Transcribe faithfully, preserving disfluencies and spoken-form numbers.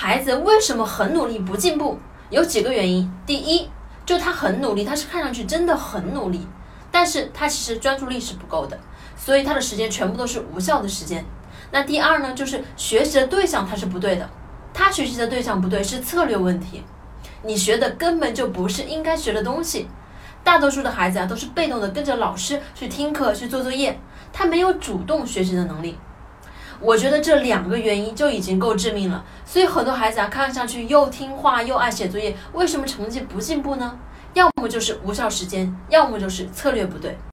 孩子为什么很努力不进步？有几个原因。第一，就他很努力，他是看上去真的很努力，但是他其实专注力是不够的，所以他的时间全部都是无效的时间。那第二呢，就是学习的对象他是不对的，他学习的对象不对，是策略问题。你学的根本就不是应该学的东西。大多数的孩子啊，都是被动的跟着老师去听课、去做作业，他没有主动学习的能力。我觉得这两个原因就已经够致命了，所以很多孩子啊，看上去又听话又爱写作业，为什么成绩不进步呢？要么就是无效时间，要么就是策略不对。